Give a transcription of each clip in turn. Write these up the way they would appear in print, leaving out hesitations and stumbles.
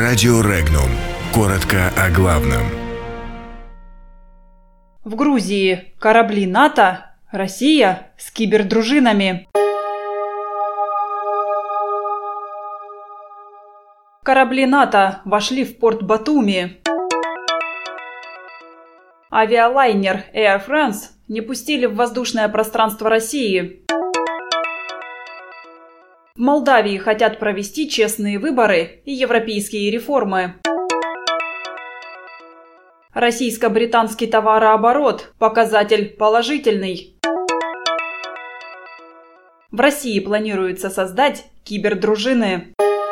Радио Регнум. Коротко о главном. В Грузии корабли НАТО, Россия с кибердружинами. Корабли НАТО вошли в порт Батуми. Авиалайнер Air France не пустили в воздушное пространство России. В Молдавии хотят провести честные выборы и европейские реформы. Российско-британский товарооборот. Показатель положительный. В России планируется создать кибердружины.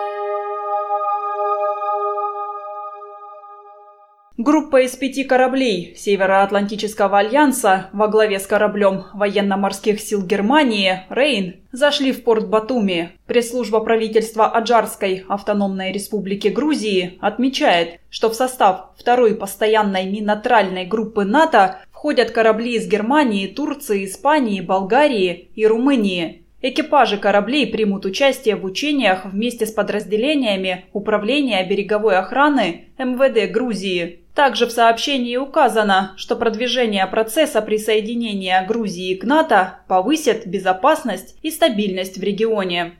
Группа из 5 кораблей Североатлантического альянса во главе с кораблем военно-морских сил Германии «Рейн» зашли в порт Батуми. Пресс-служба правительства Аджарской автономной республики Грузии отмечает, что в состав второй постоянной минотральной группы НАТО входят корабли из Германии, Турции, Испании, Болгарии и Румынии. Экипажи кораблей примут участие в учениях вместе с подразделениями Управления береговой охраны МВД Грузии. Также в сообщении указано, что продвижение процесса присоединения Грузии к НАТО повысит безопасность и стабильность в регионе.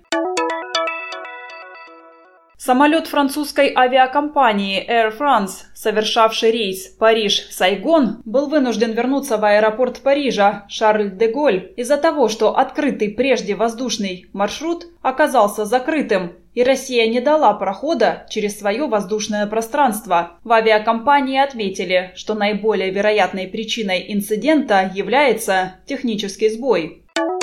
Самолет французской авиакомпании Air France, совершавший рейс Париж-Сайгон, был вынужден вернуться в аэропорт Парижа Шарль-де-Голь из-за того, что открытый прежде воздушный маршрут оказался закрытым, и Россия не дала прохода через свое воздушное пространство. В авиакомпании отметили, что наиболее вероятной причиной инцидента является технический сбой.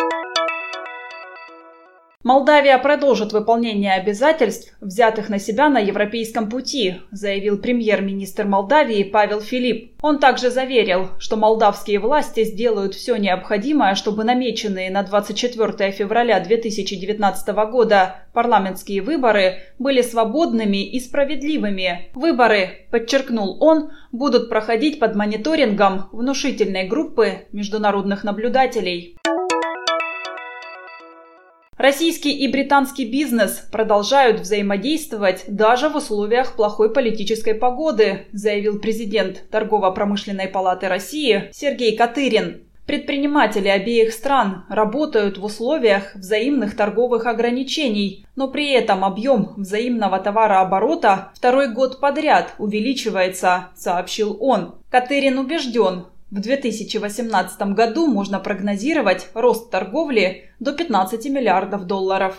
Молдавия продолжит выполнение обязательств, взятых на себя на европейском пути, заявил премьер-министр Молдавии Павел Филипп. Он также заверил, что молдавские власти сделают все необходимое, чтобы намеченные на 24 февраля 2019 года парламентские выборы были свободными и справедливыми. Выборы, подчеркнул он, будут проходить под мониторингом внушительной группы международных наблюдателей. Российский и британский бизнес продолжают взаимодействовать даже в условиях плохой политической погоды, заявил президент Торгово-промышленной палаты России Сергей Катырин. Предприниматели обеих стран работают в условиях взаимных торговых ограничений, но при этом объем взаимного товарооборота второй год подряд увеличивается, сообщил он. Катырин убежден, в 2018 году можно прогнозировать рост торговли до 15 миллиардов долларов.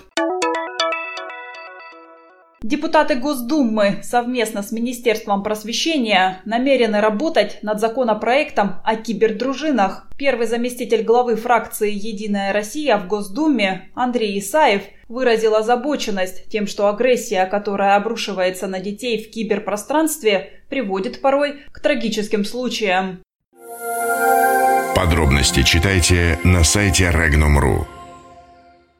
Депутаты Госдумы совместно с Министерством просвещения намерены работать над законопроектом о кибердружинах. Первый заместитель главы фракции «Единая Россия» в Госдуме Андрей Исаев выразил озабоченность тем, что агрессия, которая обрушивается на детей в киберпространстве, приводит порой к трагическим случаям. Подробности читайте на сайте Regnum.ru.